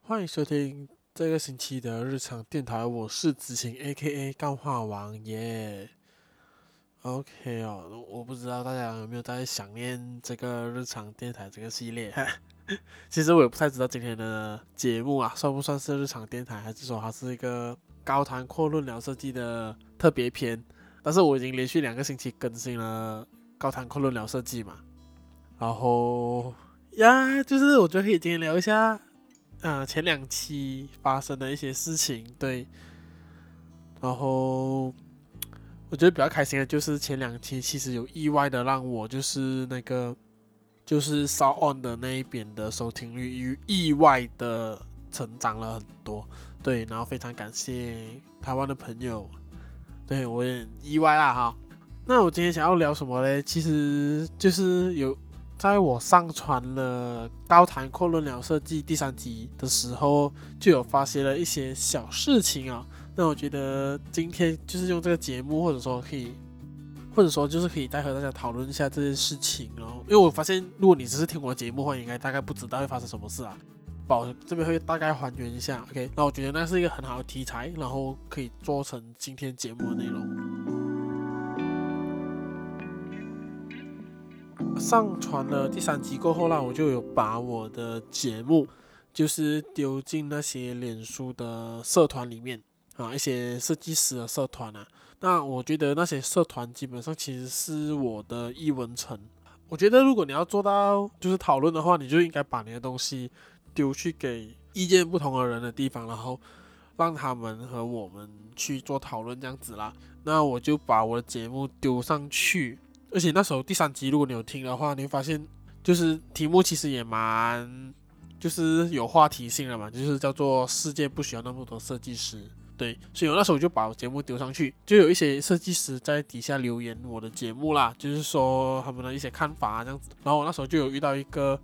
欢迎收听这个星期的日常电台，我是子晴 （A.K.A. 干话王爷）。OK 哦，我不知道大家有没有在想念这个日常电台这个系列。其实我也不太知道今天的节目算不算是日常电台，还是说它是一个高谈阔论聊设计的特别篇。但是我已经连续2个星期更新了高谈阔论聊设计嘛，然后就是我觉得可以今天聊一下。前2期发生的一些事情，对，然后我觉得比较开心的就是前2期其实有意外的让我就是 Sound On 的那一边的收听率意外的成长了很多，对，然后非常感谢台湾的朋友，对我也很意外啦哈。那我今天想要聊什么呢？其实就是在我上传了高谈阔论聊设计第3集的时候，就有发现了一些小事情啊。那我觉得今天就是用这个节目，或者说就是可以再和大家讨论一下这件事情哦。因为我发现，如果你只是听我的节目的话，应该大概不知道会发生什么事啊。我这边会大概还原一下 ，OK？ 那我觉得那是一个很好的题材，然后可以做成今天节目的内容。上传了第3集过后啦，我就有把我的节目就是丢进那些脸书的社团里面一些设计师的社团啊。那我觉得那些社团基本上其实是我的艺文城。我觉得如果你要做到就是讨论的话，你就应该把你的东西丢去给意见不同的人的地方，然后让他们和我们去做讨论这样子啦。那我就把我的节目丢上去。而且那时候第3集，如果你有听的话，你会发现就是题目其实也就是有话题性了嘛，就是叫做世界不需要那么多设计师。对，所以我那时候就把我节目丢上去，就有一些设计师在底下留言我的节目啦，就是说他们的一些看法这样子。然后我那时候就有遇到一个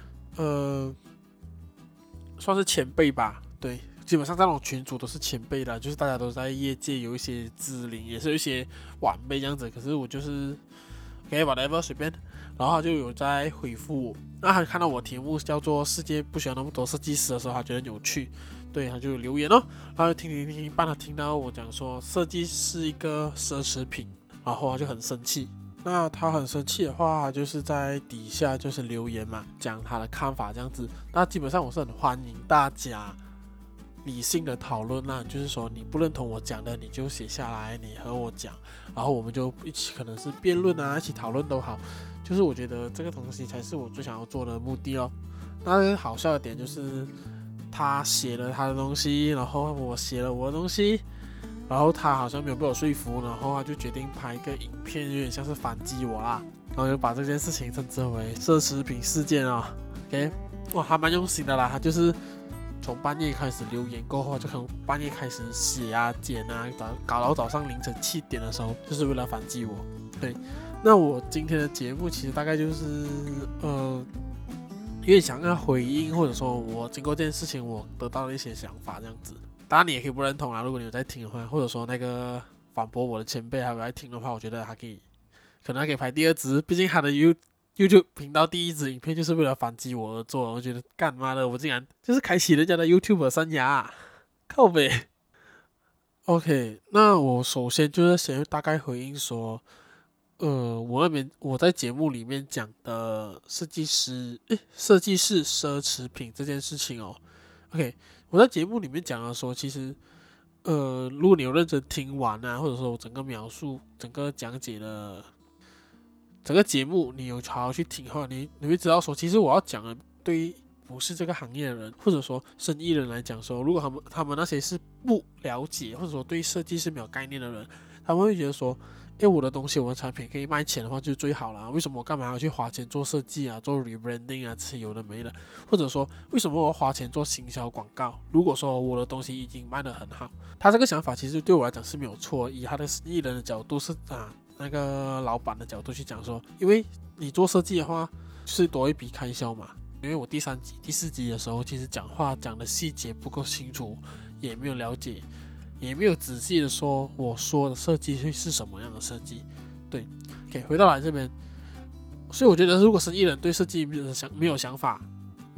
算是前辈吧，对，基本上这种群组都是前辈的，就是大家都在业界有一些资历，也是有一些晚辈这样子。可是我就是OK whatever 随便，然后他就有在回复我。那他看到我题目叫做世界不需要那么多设计师的时候，他觉得有趣，对，他就有留言然后就听，他听到我讲说设计是一个奢侈品，然后他就很生气。那他很生气的话，他就是在底下就是留言嘛，讲他的看法这样子。那基本上我是很欢迎大家理性的讨论啦，就是说你不认同我讲的，你就写下来，你和我讲，然后我们就一起可能是辩论一起讨论都好。就是我觉得这个东西才是我最想要做的目的哦。那好笑的点就是他写了他的东西，然后我写了我的东西，然后他好像没有被我说服，然后他就决定拍一个影片，有点像是反击我啦，然后就把这件事情称之为奢侈品事件啊。OK， 哇，还蛮用心的啦，他就是从半夜开始留言过后，就从半夜开始写剪搞到早上凌晨7点的时候，就是为了反击我。对，那我今天的节目其实大概就是有点想要回应，或者说我经过这件事情我得到了一些想法这样子。当然你也可以不认同啦，如果你有在听的话，或者说那个反驳我的前辈还有在听的话，我觉得可能可以排第2支，毕竟他的 YouTube 频道第1支影片就是为了反击我而做。我觉得干妈的，我竟然就是开启人家的 YouTube 生涯，靠北。OK， 那我首先就是先大概回应说，我在节目里面讲的设计是奢侈品这件事情哦。OK， 我在节目里面讲的说，其实如果你有认真听完或者说我整个描述、整个讲解的整个节目，你有好好去听的话，你会知道说，其实我要讲的对于不是这个行业的人，或者说生意人来讲说，如果他们那些是不了解，或者说对设计是没有概念的人，他们会觉得说，我的东西我的产品可以卖钱的话就最好了，为什么我干嘛要去花钱做设计做 rebranding 这些有的没的，或者说为什么我要花钱做行销广告，如果说我的东西已经卖得很好。他这个想法其实对我来讲是没有错，以他的生意人的角度是那个老板的角度去讲说，因为你做设计的话就是多一笔开销嘛。因为我第3集、第4集的时候，其实讲话讲的细节不够清楚，也没有了解，也没有仔细的说我说的设计是什么样的设计。对 ，OK， 回到来这边，所以我觉得如果生意人对设计没有想法，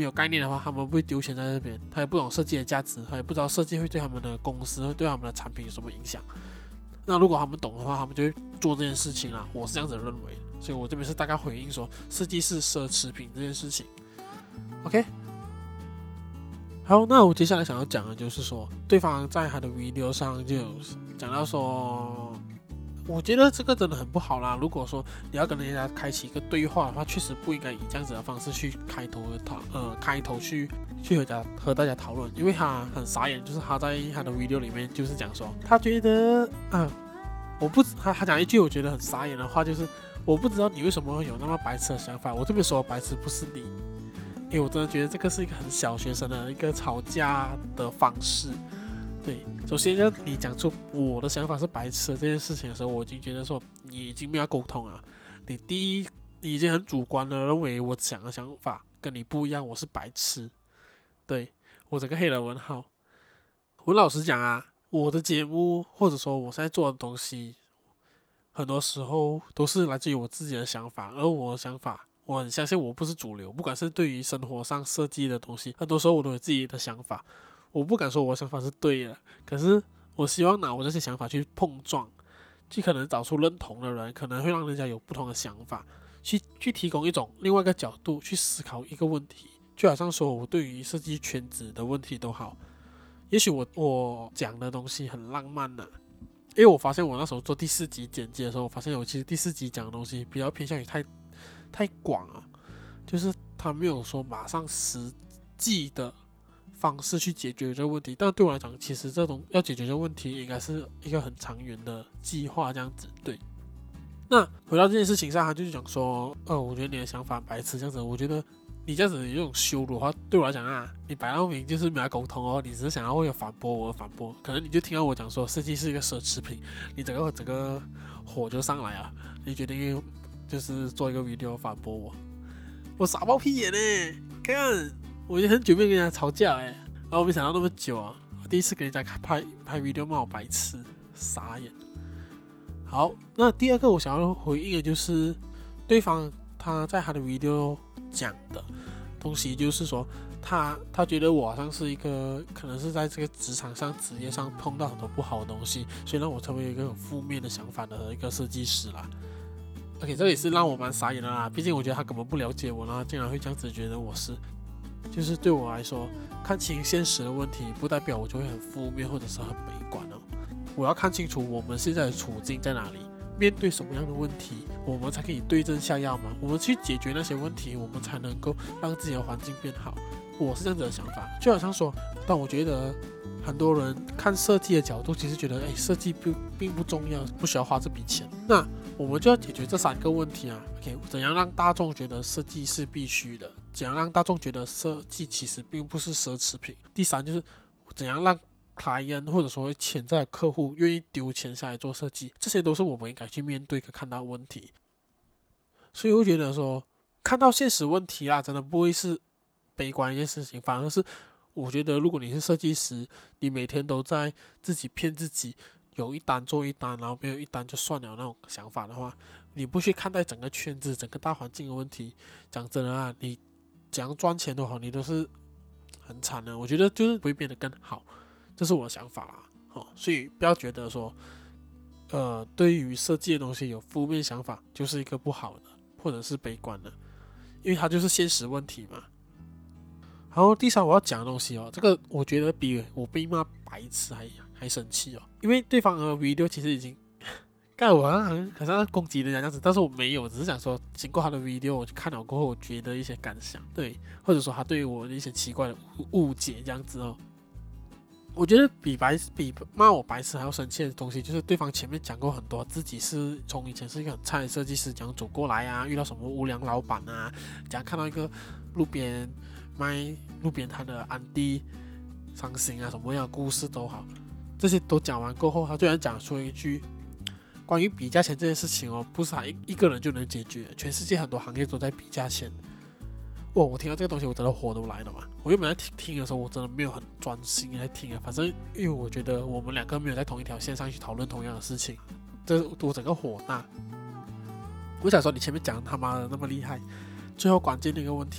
没有概念的话，他们不会丢钱在那边，他也不懂设计的价值，他也不知道设计会对他们的公司、会对他们的产品有什么影响。那如果他们懂的话，他们就会做这件事情啦。我是这样子认为，所以我这边是大概回应说，设计是奢侈品这件事情。OK， 好，那我接下来想要讲的就是说，对方在他的 video 上就有讲到说，我觉得这个真的很不好啦。如果说你要跟人家开启一个对话的话，确实不应该以这样子的方式去开头去和大家讨论，因为他很傻眼，就是他在他的 video 里面就是讲说，他觉得他讲一句我觉得很傻眼的话，就是我不知道你为什么会有那么白痴的想法。我这边说的白痴不是你，因为我真的觉得这个是一个很小学生的一个吵架的方式。对，首先就你讲出我的想法是白痴的这件事情的时候，我已经觉得说你已经没有沟通了。你已经很主观的认为我讲的想法跟你不一样，我是白痴。对，我整个黑人问号。我老实讲啊，我的节目或者说我现在做的东西，很多时候都是来自于我自己的想法，而我的想法，我很相信我不是主流，不管是对于生活上设计的东西，很多时候我都有自己的想法。我不敢说我的想法是对的，可是我希望拿我这些想法去碰撞，去可能找出认同的人，可能会让人家有不同的想法，去提供一种另外一个角度去思考一个问题。就好像说我对于设计圈子的问题都好，也许我讲的东西很浪漫呐，因为我发现我那时候做第4集简介的时候，我发现我其实第4集讲的东西比较偏向于太广了，就是他没有说马上实际的方式去解决这个问题，但对我来讲，其实这种要解决这个问题，应该是一个很长远的计划，这样子。对，那回到这件事情上，他就是讲说，我觉得你的想法很白痴，这样子，我觉得你这样子有种羞辱的话，对我来讲啊，你摆到明就是没有沟通哦，你只是想要为了反驳我而反驳，可能你就听到我讲说设计是一个奢侈品，你整个火就上来了，你决定就是做一个 video 反驳我傻爆屁眼呢，看。我已经很久没有跟人家吵架然后没想到那么久啊！我第一次跟人家拍 video 骂我白痴，傻眼。好，那第二个我想要回应的就是对方他在他的 video 讲的东西，就是说他觉得我好像是一个可能是在这个职场上职业上碰到很多不好的东西，所以让我成为一个很负面的想法的一个设计师啦。OK， 这也是让我蛮傻眼的啦，毕竟我觉得他根本不了解我，然后竟然会这样子觉得我是。就是对我来说，看清现实的问题，不代表我就会很负面或者是很悲观哦。我要看清楚我们现在的处境在哪里，面对什么样的问题，我们才可以对症下药嘛。我们去解决那些问题，我们才能够让自己的环境变好。我是这样子的想法，就好像说，但我觉得很多人看设计的角度，其实觉得，设计并不重要，不需要花这笔钱。那我们就要解决这3个问题啊。OK， 怎样让大众觉得设计是必须的？怎样让大众觉得设计其实并不是奢侈品？第3就是怎样让client或者说潜在的客户愿意丢钱下来做设计？这些都是我们应该去面对和看到的问题。所以我觉得说，看到现实问题啦，真的不会是悲观一件事情，反而是我觉得如果你是设计师，你每天都在自己骗自己，有一单做一单，然后没有一单就算了那种想法的话，你不去看待整个圈子、整个大环境的问题，讲真的啊，你怎样赚钱都好，你都是很惨的。我觉得就是不会变得更好，这是我的想法啦。所以不要觉得说，对于设计的东西有负面想法，就是一个不好的，或者是悲观的，因为它就是现实问题嘛。然后第3我要讲的东西这个我觉得比我被骂白痴还生气因为对方的 video 其实已经干我好像攻击人家这样子，但是我没有，只是想说经过他的 video 我去看了过后，我觉得一些感想，对，或者说他对我的一些奇怪的误解这样子我觉得比骂我白痴还要生气的东西，就是对方前面讲过很多自己是从以前是一个很菜的设计师，怎样走过来啊，遇到什么无良老板啊，怎样看到一个路边卖路边摊的安迪伤心啊，什么样的故事都好，这些都讲完过后，他居然讲出一句关于比价钱这件事情不是他一个人就能解决，全世界很多行业都在比价钱。我听到这个东西我真的火都来了嘛！我原本在听的时候，我真的没有很专心在听反正因为我觉得我们2个没有在同一条线上去讨论同样的事情，这我整个火大。我想说你前面讲他妈的那么厉害，最后关键的一个问题，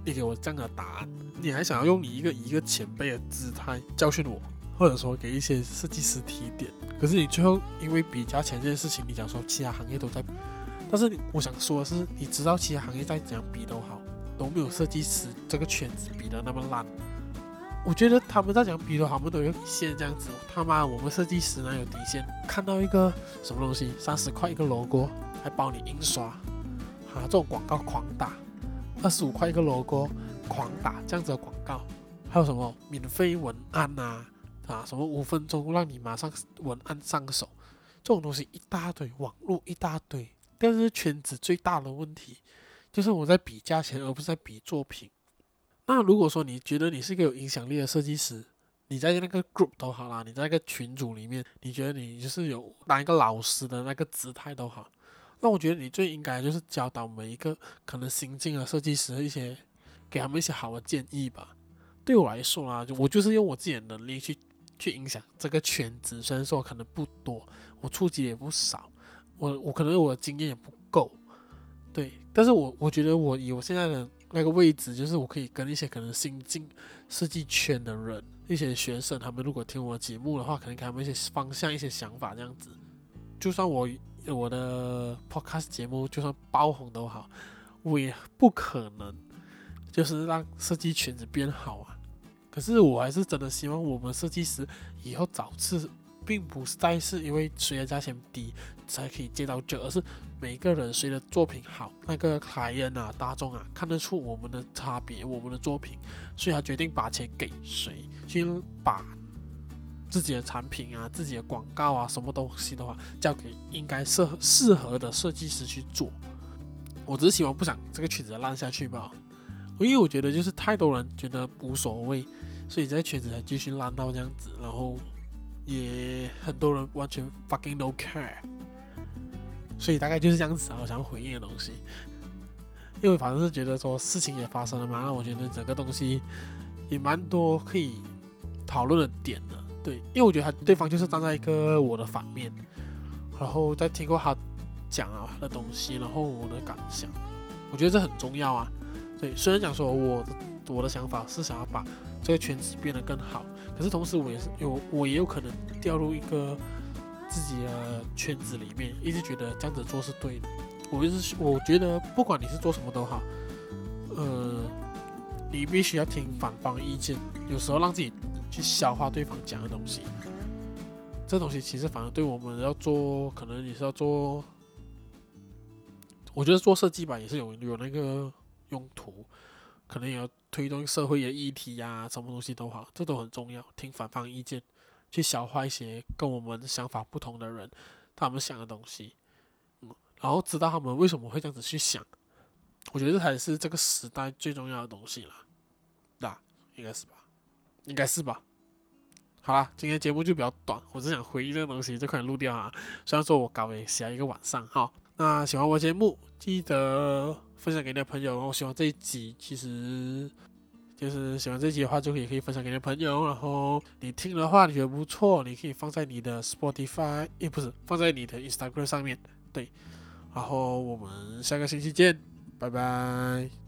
你给我这样的答案，你还想要用你一个前辈的姿态教训我，或者说给一些设计师提点，可是你最后因为比价钱这件事情，你讲说其他行业都在，但是我想说的是，你知道其他行业再怎样比都好，都没有设计师这个圈子比的那么烂。我觉得他们在讲比的，他们都有底线这样子。他妈，我们设计师哪有底线？看到一个什么东西30块一个 logo， 还包你印刷，这种广告狂打，25块一个 logo， 狂打这样子的广告，还有什么免费文案什么5分钟让你马上文案上手，这种东西一大堆，网络一大堆。但是圈子最大的问题就是我在比价钱，而不是在比作品。那如果说你觉得你是一个有影响力的设计师，你在那个 group 都好啦，你在那个群组里面，你觉得你就是有当一个老师的那个姿态都好，那我觉得你最应该就是教导每一个可能新进的设计师给他们一些好的建议吧。对我来说啦，我就是用我自己的能力去影响这个圈子，虽然说可能不多，我触及也不少，我可能我的经验也不够，对，但是我觉得我以我现在的那个位置，就是我可以跟一些可能新进设计圈的人，一些学生，他们如果听我的节目的话，可能给他们一些方向、一些想法这样子。就算我的 podcast 节目就算爆红都好，我也不可能就是让设计圈子变好啊。可是我还是真的希望我们设计师以后找次，并不再是因为谁的价钱低才可以接到这，而是每个人谁的作品好，那个client大众看得出我们的差别，我们的作品，所以他决定把钱给谁，去把自己的产品自己的广告什么东西的话，交给应该适合的设计师去做。我只是希望不想这个圈子烂下去吧，因为我觉得就是太多人觉得无所谓，所以这个圈子才继续烂到这样子，然后也很多人完全 fucking no care。所以大概就是这样子我想回应的东西。因为反正是觉得说事情也发生了嘛，那我觉得整个东西也蛮多可以讨论的点的。对，因为我觉得对方就是站在一个我的反面，然后再听过他讲的东西，然后我的感想，我觉得这很重要啊。对，虽然讲说我的想法是想要把这个圈子变得更好，可是同时我也有可能掉入一个自己的圈子里面，一直觉得这样子做是对的。我觉得不管你是做什么都好，你必须要听反方意见，有时候让自己去消化对方讲的东西。这东西其实反而对我们要做，可能也是要做，我觉得做设计吧，也是有那个用途，可能也要推动社会的议题什么东西都好，这都很重要。听反方意见，去消化一些跟我们想法不同的人他们想的东西，然后知道他们为什么会这样子去想。我觉得这才是这个时代最重要的东西啦，应该是吧。好啦，今天节目就比较短，我只想回忆这个东西，就快点录掉虽然说我搞也写一个晚上那喜欢我的节目，记得分享给你的朋友。我希望这一集其实就是喜欢这一集的话，就也可以分享给你的朋友。然后你听的话，你觉得不错，你可以放在你的 Spotify， 不是放在你的 Instagram 上面。对，然后我们下个星期见，拜拜。